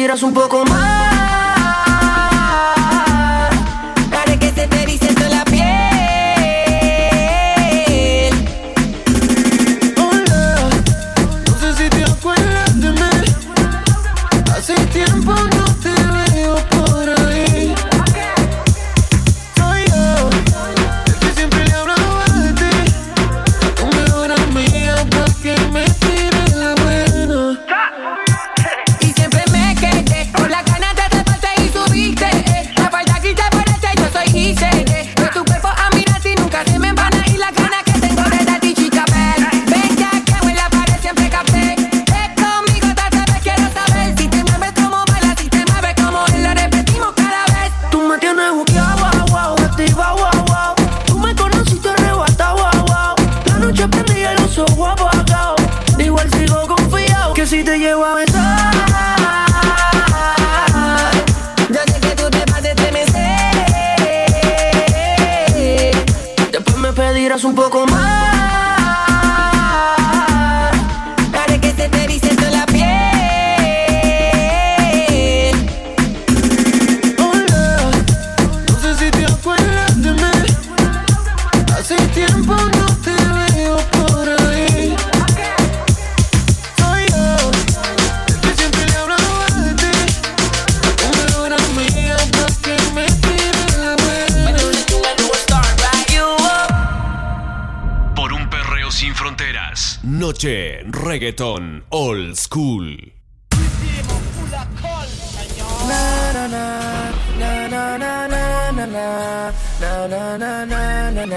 pedieras un poco más. Haré que se te erice toda la piel. Hola, no sé si te acuerdas de mí. Hace tiempo no te veo por ahí. Soy yo, el que siempre le hablaba de ti. Tu mejor amiga pa' que me tires la buena. Y siempre me quedé con la ganas de treparte y subiste. La falda que te parece, yo soy Gise. De tu cuerpo a mirar si nunca se me van a ir las ganas que tengo de darte, chica. Ven ya que en la pared siempre capté. Ven conmigo, otra vez quiero saber si te mueves como bailas, si te mueves como él. Lo repetimos cada vez. Tú me tienes buqueado, wow, wow, activa, wow, wow. Tú me conociste arrebatado, wow, wow. La noche prendía los ojos apagados. Igual sigo confiado que si te llevo a besar. Yo sé que tú te vas a estremecer. Después me pedirás un poco más. Haré que se te erice toda la piel. Hola, no sé si te acuerdas de mí. Hace tiempo no te veo por ahí. Soy yo, el que siempre le hablaba de ti. Tu mejor amiga pa' que me tires la buena. Por un perreo sin fronteras. Noche Reggaeton Old School. Na na na na na na na na na na na na na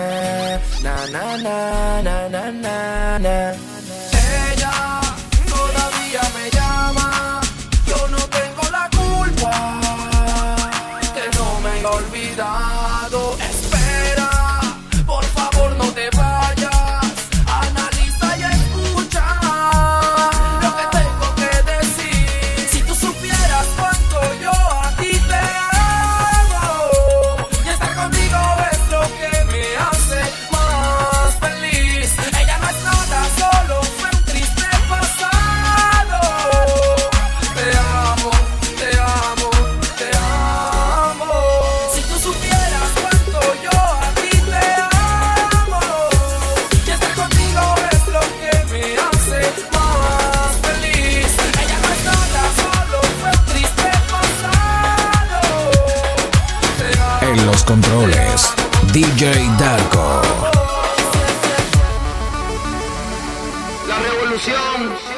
na na na na. Ella todavía me llama. Yo no tengo la culpa que no me haya olvidado. Espera, por favor no te vayas. Analiza y escucha lo que tengo que decir. Si tú supieras cuánto yo a ti te amo, y estar contigo es lo que me hace más feliz. Ella no es nada, solo fue un triste pasado. Te amo, te amo, te amo. Si tú supieras cuánto yo a ti te amo, y estar contigo es lo que me hace más feliz. Ella no es nada, solo fue un triste pasado. Te amo. En los controles, DJ Darko. La revolución.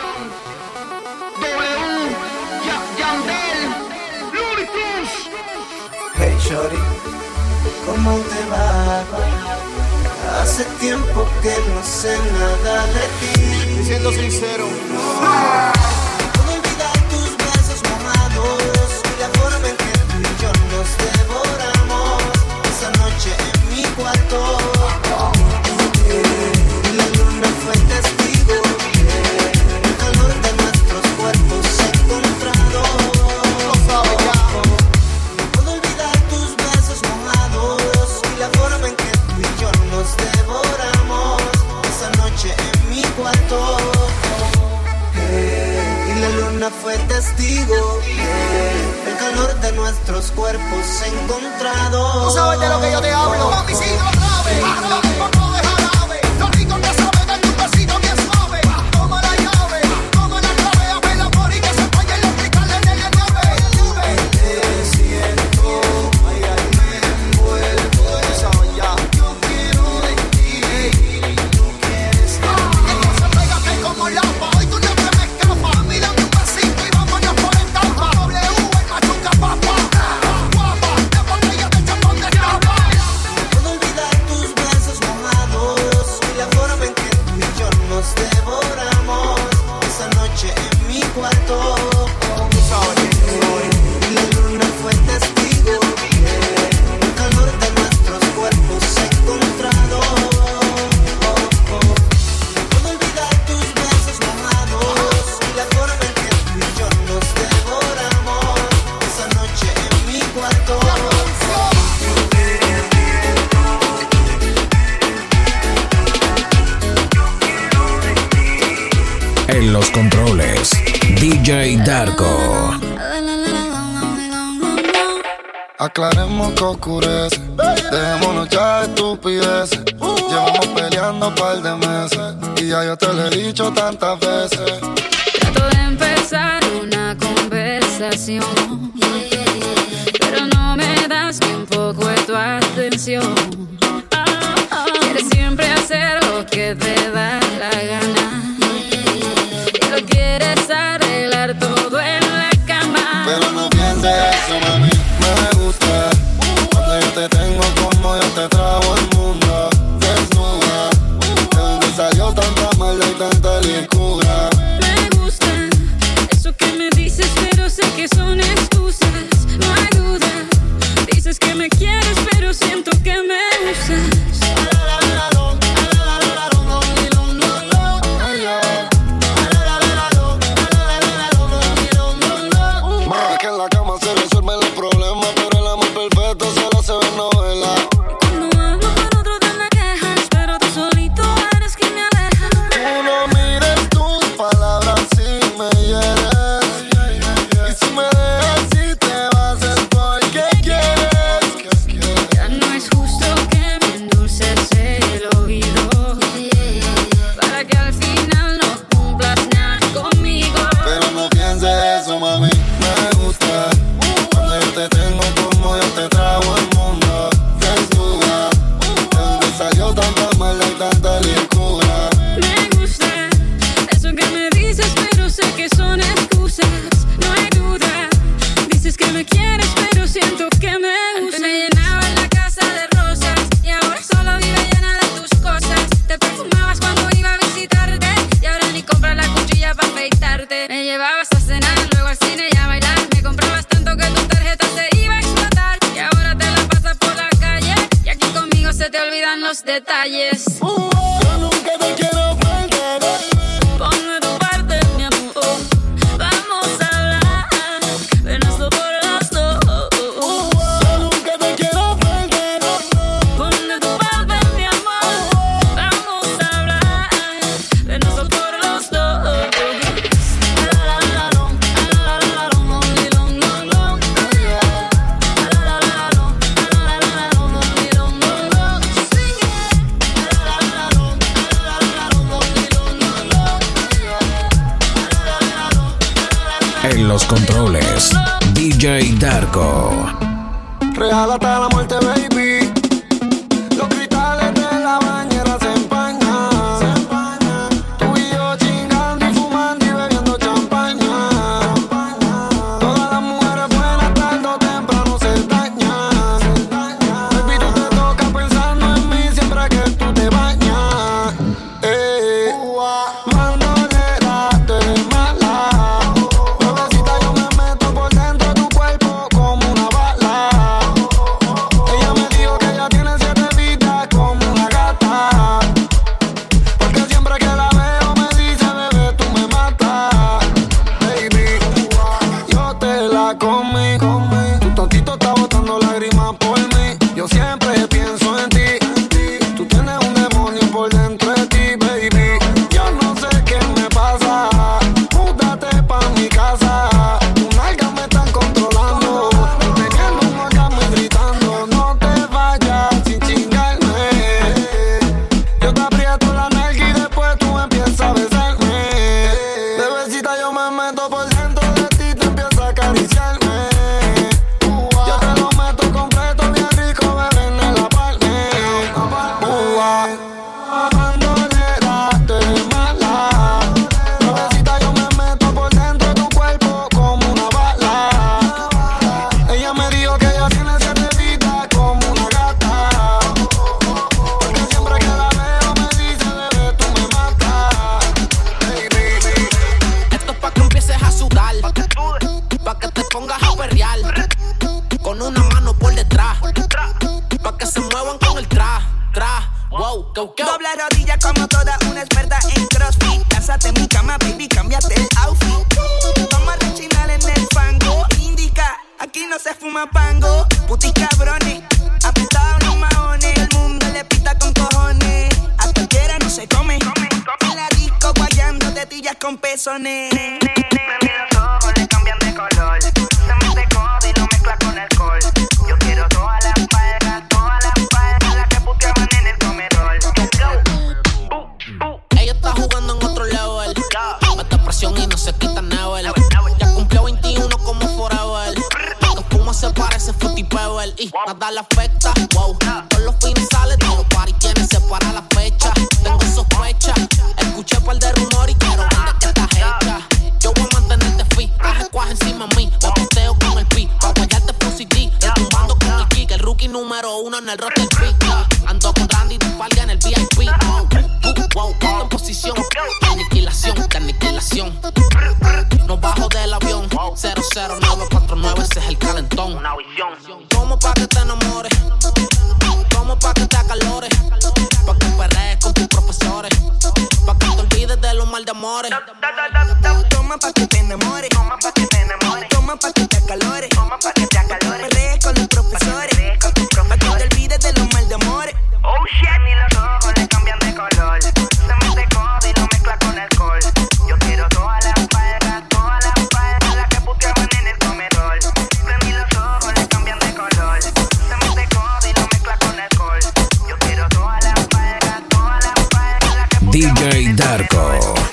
Yandel. Looney Tunes. Hey shorty, ¿cómo te va? Hace tiempo que no sé nada de ti. Siendo sincero. Puedo olvidar tus besos mojados y la forma en que tú y yo nos devoramos esa noche en mi cuarto. Y la luna fue testigo. El calor de nuestros cuerpos encontrados. Puedo olvidar tus besos mojados y la forma en que tú y yo nos devoramos esa noche en mi cuarto. Y la luna fue testigo. El calor de nuestros cuerpos encontrados. Tú sabes de lo que yo te hablo. Mami, sigue otra vez. Ahora mismo no deja nave. Lo rico que sabe darle un besito bien suave. Toma la llave, toma la clave. Abre el amor y que se vayan los cristales de la nave. Te siento, ay, ay, me envuelvo. Ya. Yo quiero de ti, tú quieres de mí. Entonces pégate como lapa. Hoy tú no te me escapas. Mírame un besito y vámonos por etapa. W, el machuca papa. Guapa, de botella de chapón de capa. Puedo olvidar tus besos mojados y la forma en que tú y yo nos devoramos esa noche en mi cuarto. Y la luna fue testigo. El calor de nuestros cuerpos encontrados. Puedo olvidar tus besos mojados y la forma en que tú y yo nos devoramos esa noche en mi cuarto. En los controles, DJ Darko. La la la Aclaremos que oscurece, dejémonos ya de estupideces. Llevamos peleando un par de meses y ya yo te lo he dicho tantas veces. Trato de empezar una conversación, pero no me das ni un poco de tu atención. Quieres siempre hacer lo que te da la gana y lo quieres arreglar todo en la cama. Pero no pienses eso, mami, me gusta cuando yo te tengo como yo te trago el mundo. Desnuda, de donde salió tanta maldad y tanta locura. Me gusta eso que me dices, pero sé que son excusas. No hay duda, dices que me quieres, pero siento que me usas. Detalles. Yo nunca te quiero perder. Ponme tu parte, mi amor. Vamos a hablar de nuestro por los dos. Yo nunca te quiero perder. Ponme tu parte, mi amor. Vamos a hablar de nuestro por los dos. En los controles, DJ Darko. Real hasta la muerte, baby. Los cristales de la bañera se empañan. Tú y yo chingando y fumando y bebiendo champaña. Todas las mujeres buenas tarde o temprano se dañan. Baby, tú te tocas pensando en mí siempre que tú te bañas. Bandolera, tú eres mala. Yo me meto por dentro de tu cuerpo como una bala. Ella me dijo que ella tiene 7 vidas como una gata. Porque siempre que la veo me dice, bebé, tú me matas. Baby, yo te la comí. Tu tontito está botando lágrimas por mí. Yo siempre pienso en ti. Tú tienes un demonio por dentro de ti, baby. Yo no sé qué me pasa. Múdate pa' mi casa. Tus nalgas me están controlando. Y teniendo un orgasmo y gritando. No te vayas sin chingarme. Yo te aprieto la nalga y después tú empiezas a besarme. Bebecita, yo me meto por dentro de ti, te empiezo a acariciarme. Yo te lo meto completo, bien rico, bebé, en el apartment. Bandolera, tú eres mala. Bebecita, yo me meto por dentro de tu cuerpo como una bala. Ella me dijo que ella tiene 7 vidas como una gata. Porque siempre que la veo me dice, bebé, tú me matas. Baby. Esto es pa' que empieces a sudar, pa' que te pongas a perrear, con una mano por detrás, pa' que se muevan con el tra. Wow, go. Dobla rodilla como toda una experta en CrossFit. Cásate en mi cama, baby, cámbiate el outfit. Vamos a rechinar en el fango. Indica, aquí no se fuma pango. Putis cabrones, apretados los maones. El mundo le pita con cojones. A cualquiera no se come. En la disco guayando tetillas con pezones. Los ojos le cambian de color. Se mete codo y lo mezcla con alcohol. Yo parece Fruity Pebble y nada le afecta. Wow, todos los fines sale, todos los party tienen separa la fecha. Tengo sospecha, escuché par de rumor y quiero ver de qué estás hecha. Yo voy a mantenerte fit, haz cuaje encima de mí. Me posteo con el pi, pa' guayarte Full CD. Retumbando con el kick, el rookie número 1 en el roster pick. Ando con Randy de espalda en el VIP. Wow, ponte en posición, aniquilación, de aniquilación. No bajo del avión, 00949, ese es el calentón. Como pa' que te enamores, como pa' que te acalores, pa' que perrees con tus profesores, pa' que te olvides de los mal de amores. Toma pa' que te enamores, toma pa' que te enamores, toma pa' que te acalores, toma pa' que te acalores. Perrees con los profesores, pa' que te olvides de los mal de amores. Oh shit, ni los ojos le cambian de color. Se mete codo y lo mezcla con alcohol. Yo quiero todas las faldas, las que puteaban en el comedor. Prendí los ojos, le cambian de color. Se mete codo y lo mezcla con alcohol. Yo quiero todas las faldas, las que puteaban DJ Darko.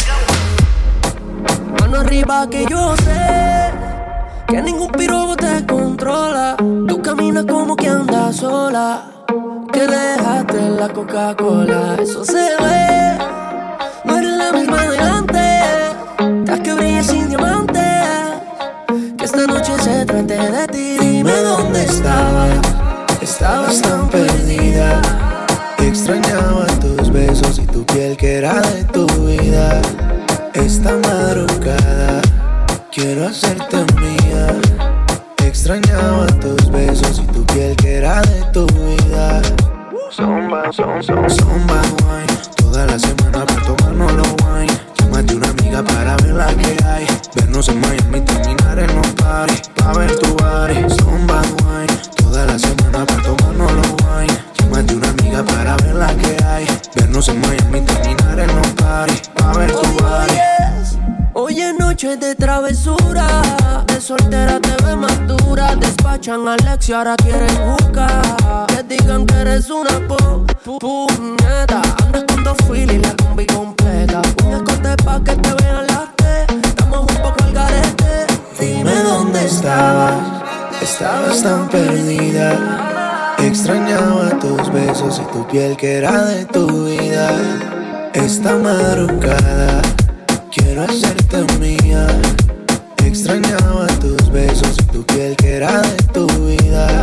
Mano arriba que yo sé que ningún pirobo te controla. Tú caminas como que andas sola, que dejaste la Coca-Cola. Eso se ve, no eres la misma de antes. Tras que brilles sin diamantes, que esta noche se trate de ti. Dime dónde estabas, estabas tan perdida. Extrañaba tus besos y tu piel que era de tu vida. Esta madrugada quiero hacerte mía. Extrañaba tus besos y tu piel que era de tu vida. Zumba wine, toda la semana para tomarnos los wine. Llámate una amiga para ver la que hay. Vernos en Miami, terminar en los parties, pa' ver tu body. Zumba wine, toda la semana para tomarnos los wine. Llámate una amiga para ver la que hay. Vernos en Miami, terminar en los parties, pa' ver tu body. Hoy es noche de travesura, de soltera te ves más dura. Despachan a Alex y ahora quieren jugar. Que digan que eres una puñeta. Andas con dos filis y la combi completa. Un escote pa' que te vean las T. Estamos un poco al garete. Dime dónde estabas, estabas tan perdida. Extrañaba tus besos y tu piel que era de tu vida. Esta madrugada quiero hacerte mía. Extrañaba tus besos y tu piel que era de tu vida.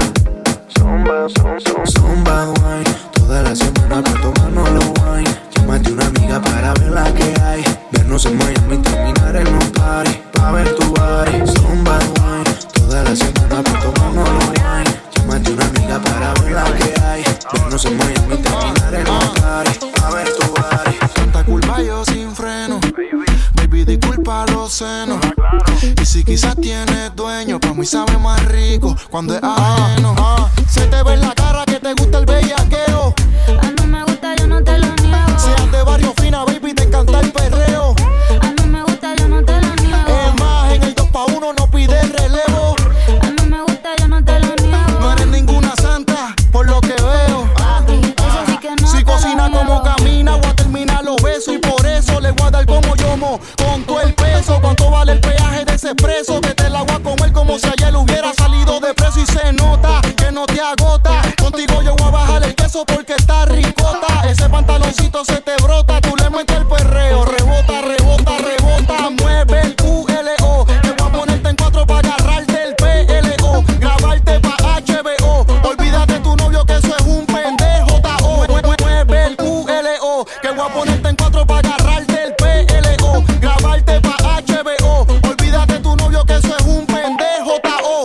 Zumba wine, toda la semana para tomarnos los wine. Llámate una amiga para ver la que hay. Vernos en Miami, terminar en los parties, pa' ver tu body. Zumba wine, toda la semana para tomarnos los wine. Llámate una amiga para ver la que hay. Vernos en Miami, terminar en los parties, pa' ver tu body. Tanta culpa yo sin freno, baby disculpa los senos. Y si quizás tienes dueño, pa' mí sabe más rico cuando es ajeno. Se te ve en la cara que te gusta el bellaqueo. A mí me gusta, yo no te lo niego. Seas de barrio fina, baby, te encanta el perreo. A mí me gusta, yo no te lo niego. Es más, en el 2x1 no pide relevo. A mí me gusta, yo no te lo niego. No eres ninguna santa, por lo que veo. Eso sí que no Si te cocina lo como niego. camina, voy a terminar los besos. Y por eso le voy a dar como yomo, con todo el peso. ¿Cuánto vale el peaje de ese expreso? Que te la voy a comer como si ayer hubiera salido de preso. Y se nota que no te agota. Contigo yo voy a bajar el queso porque está ricota. Ese pantaloncito se te brota. Tú le metes el perreo. Rebota, rebota, rebota. Mueve el QLO. Te voy a ponerte en 4 para agarrarte el PLO. Grabarte pa' HBO. Olvídate tu novio que eso es un pendejo. Mueve el QLO. Que voy a ponerte en 4 para agarrarte el PLO. Grabarte pa' HBO. Olvídate tu novio que eso es un pendejo.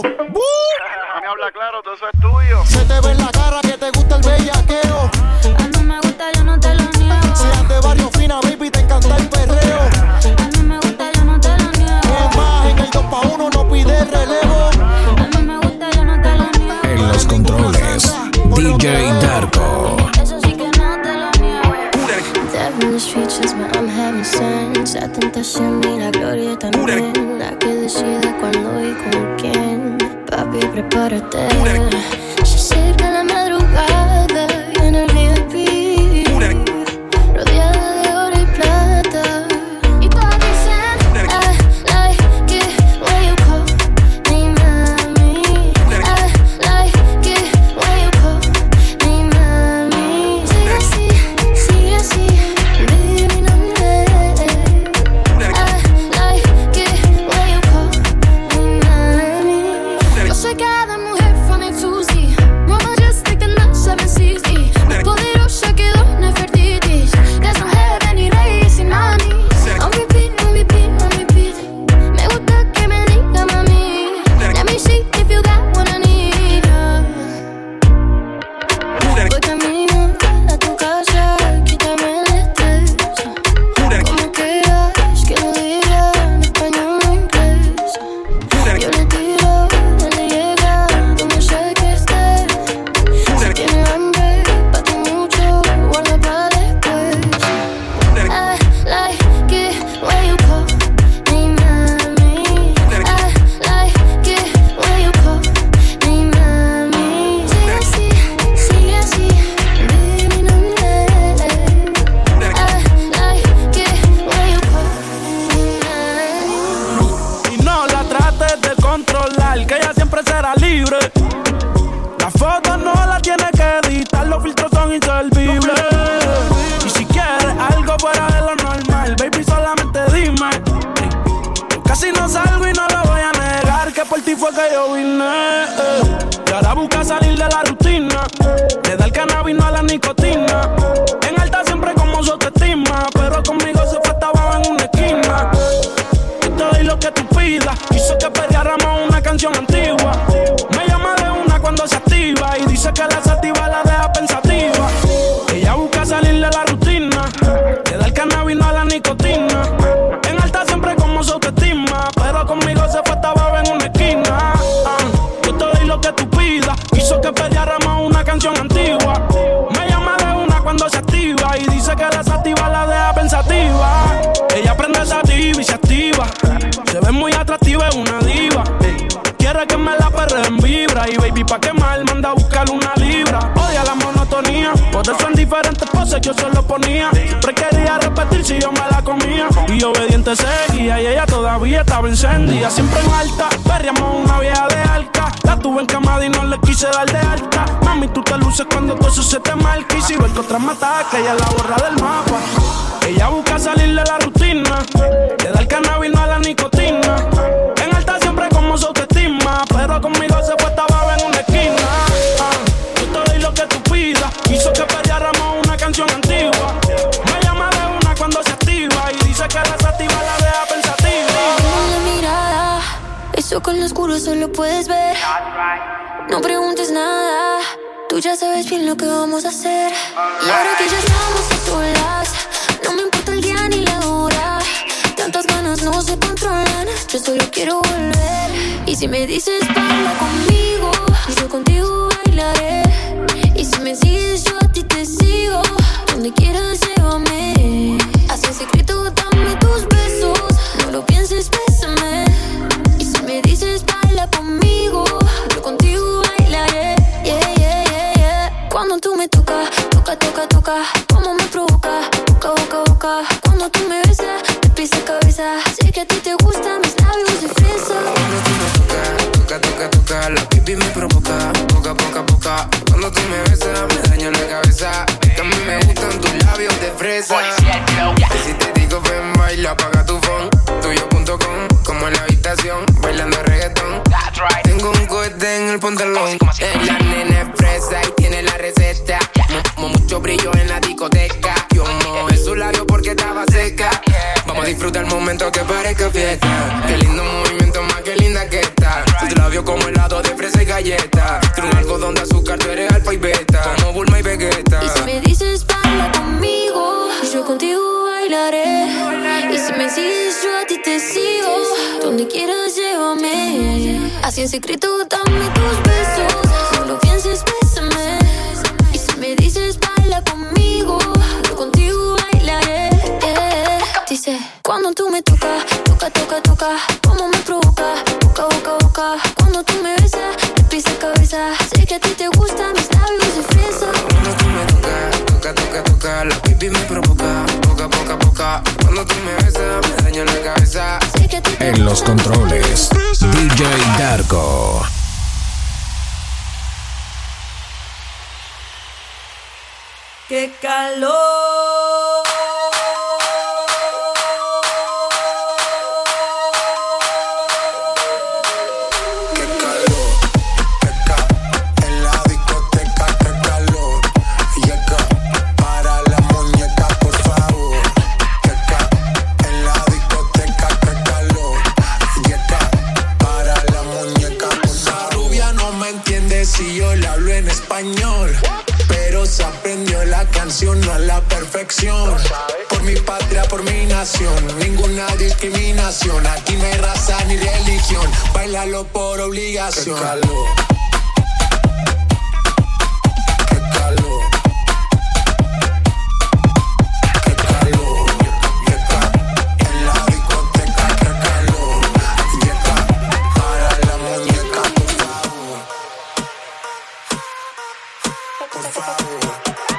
Me habla claro, todo eso es tuyo. Se te ve en la cara que te gusta el bellaqueo. A mí me gusta, yo no te lo niego. Seas de barrio fina, baby, te encanta el perreo. A mí me gusta, yo no te lo niego. Es más, en el 2x1 no pide relevo. A mí me gusta, yo no te lo niego. En los controles, DJ Darko. Eso sí que no te lo niego. Dead in the streets is where I'm having sex. La tentación y la gloria también. La que decide cuándo y con quién. Papi, prepárate. Se acerca la madrugada y en el VIP, rodeada de oro y plata. Y todas dicen, I like it when you call me mami. I Las fotos no las tienes que editar, los filtros son inservibles. Y si quieres algo fuera de lo normal, baby, solamente dime. Casi no salgo y no lo voy a negar, que por ti fue que yo vine. Y ahora busca salir de la rutina, le da el cannabis, no a la nicotina. En alta siempre como su autoestima, pero conmigo se fue, estaba en una esquina. Yo te doy lo que tú pidas, hizo que peleáramos una canción antigua. Me llama de una cuando se activa y dice que la sativa la deja pensativa. Ella busca salir de la rutina, le da el cannabis, no a la nicotina. En alta siempre como su autoestima, pero conmigo se fue, estaba en una esquina. Yo te doy lo que tú pidas, hizo que peleáramos una canción antigua. Me llama de una cuando se activa y dice que la sativa la deja pensativa. Ella prende sativa y se activa, se ve muy atractiva, es una diva. Quiere que me la perre en vibra y baby pa' quemar manda a buscar una libra. Odia la monotonía, por eso en diferentes poses yo se lo ponía. Siempre quería repetir si yo me la comía y obediente seguía y ella todavía estaba encendida. Siempre en alta, perreamos una vieja de arca. La tuve encamada y no le quise dar de alta. Mami, tú te luces cuando todo eso se te marca y si ves que otra me ataca, ella la borra del mapa. Ella busca salir de la rutina, le da el cannabis, no a la nicotina. En alta siempre como su autoestima, pero conmigo se fue, estaba en una esquina. Yo te doy lo que tú pidas, hizo que peleáramos una canción antigua. Me llama de una cuando se activa y dice que la sativa la deja pensativa. La mirada, eso con lo oscuro solo puedes ver. No preguntes nada, tú ya sabes bien lo que vamos a hacer. Y ahora que ya estamos a solas, no me importa el día ni la hora. Tantas ganas no se controlan, yo solo quiero volver. Y si me dices baila conmigo, yo contigo bailaré. Y si me sigues yo a ti te sigo, donde quieras llévame. Así en secreto dame tus besos, no lo pienses, bésame. Y si me dices baila conmigo, yo contigo bailaré. Yeah, yeah, yeah, yeah. Cuando tú me tocas, toca, toca, toca, como me provoca, boca, boca, boca. Cuando tú me besas, te pisa cabeza. Sé que a ti te gustan mis labios de fresa. Cuando tú me tocas, toca, toca, toca, la pipi me provoca, boca, boca, boca. Cuando tú me besas, me daña la cabeza. Que a mí me gustan tus labios de fresa. Y si te digo ven, baila, apaga tu phone. Tuyo.com, como en la habitación, bailando reggaetón. Tengo un cohete en el pantalón. La nena es fresa y tiene la receta. Mucho brillo en la discoteca. Yo mojé su labio porque estaba seca. Vamos a disfrutar el momento que parezca fiesta. Qué lindo movimiento, más que linda que está. Tus labios como helado de fresa y galleta. Tiene un algodón de azúcar, tú eres alfa y beta. Como Bulma y Vegeta. Y si me dices baila conmigo, yo contigo bailaré. Y si me sigues yo a ti te sigo, donde quieras llévame. Así en secreto dame tus besos, no lo pienses, bésame. Y si me dices baila conmigo, yo contigo bailaré. Yeah. Dice, cuando tú me tocas, toca, toca, toca, como me provoca, boca, boca, boca. Cuando tú me besas, te pisa cabeza. Sé que a ti te gustan mis labios de fresa. Cuando tú me tocas, toca, toca, toca, la pipi me provoca, boca, boca, boca. Cuando tú me besas, me daña la cabeza. Sé que a ti te En los controles, DJ Darko. ¡Qué calor! Si yo le hablo en español, pero se aprendió la canción a la perfección. Por mi patria, por mi nación, ninguna discriminación. Aquí no hay raza ni religión, bailalo por obligación. Qué calor. Qué calor. Qué calor. En la discoteca, qué calor. Yeca, para la muñeca, por favor. Por favor.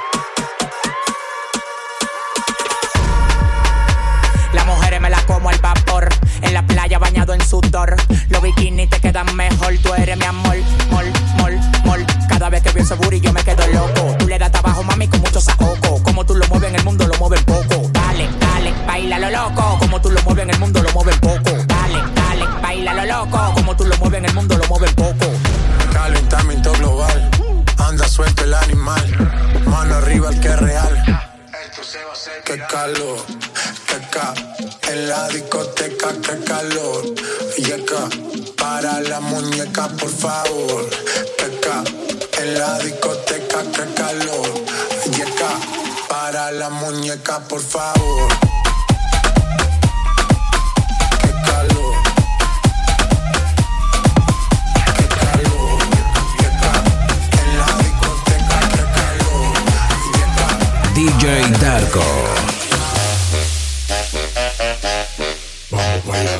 Las mujeres me las como al vapor. En la playa bañado en sudor. Los bikinis te quedan mejor. Tú eres mi amor, mol, mol, mol. Cada ese booty yo me quedo loco. Tú le das trabajo, mami, con mucho saoco. Como tú lo mueves en el mundo, lo mueven poco. Dale, dale, baila lo loco. Como tú lo mueves en el mundo, lo mueven poco. Dale, dale, baila lo loco. Como tú lo mueves en el mundo, lo mueven poco. Calentamiento global, anda suelto el animal. Mano arriba el que es real. Qué calor, en la discoteca, qué calor. Yeca, para la muñeca, por favor. En la discoteca, qué calor. Yeca, para la muñeca, por favor. Qué calor. Qué calor. Yeca, en la discoteca, qué calor. Yeca. DJ Darko. Vamos para allá.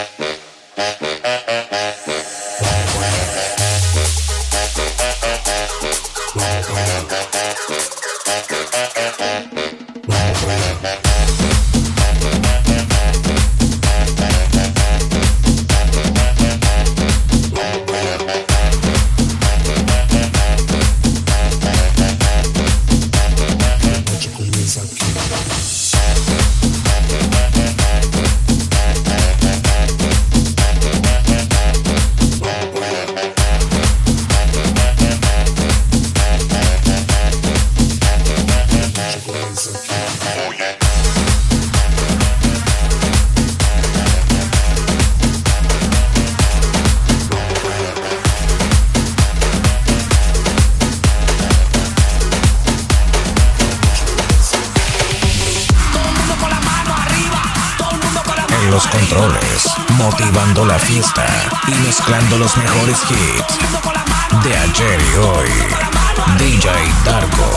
Los controles, motivando la fiesta y mezclando los mejores hits de ayer y hoy. DJ Darko.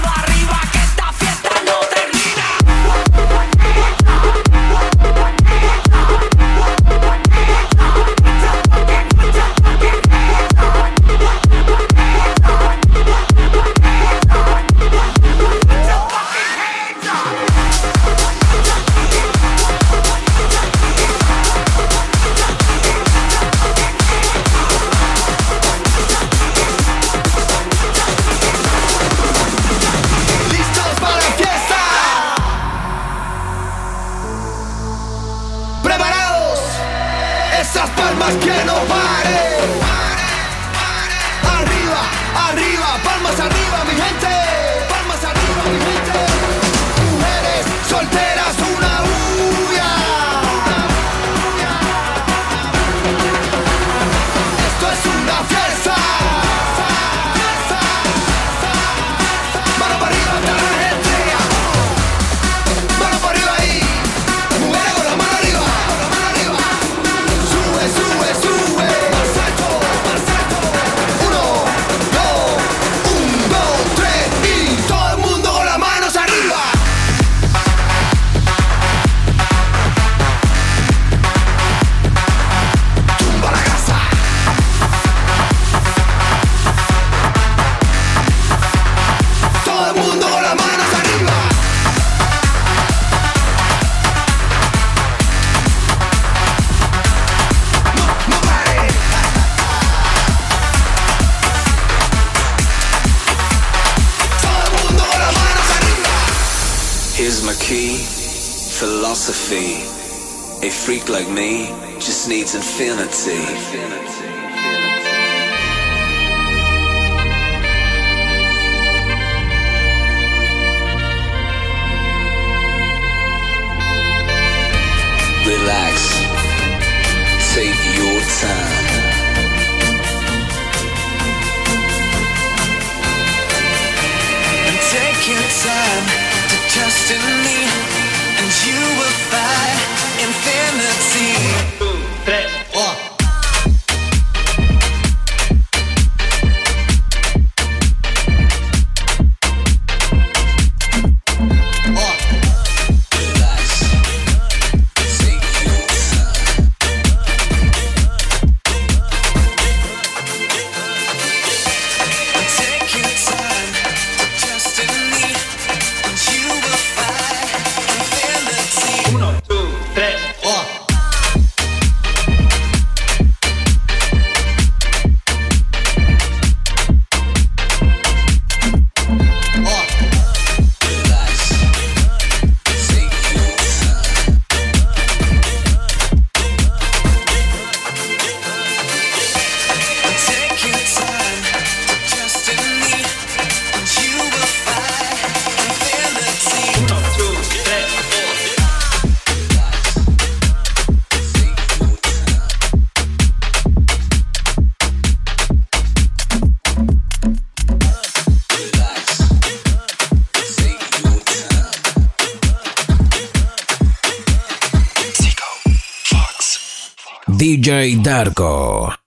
Esas palmas que no paren. Arriba, arriba, palmas arriba, mi gente. Palmas arriba, mi gente. Mujeres solteras, una bulla. Esto es una fiesta. Mano para arriba, hasta la gente. Mano para arriba ahí. Mujeres con la mano arriba. Sube, sube, sube. Más alto, más alto. 1, 2, 1, 2, 3 y todo el mundo con las manos arriba. Tumba la casa. Todo el mundo con las manos arriba. No pare. Todo el mundo con las manos arriba. Here's my key, philosophy. A freak like me just needs infinity. Relax, take your time. And take your time to trust in me, and you will find infinity. 1, 2, 3, 4. DJ Darko.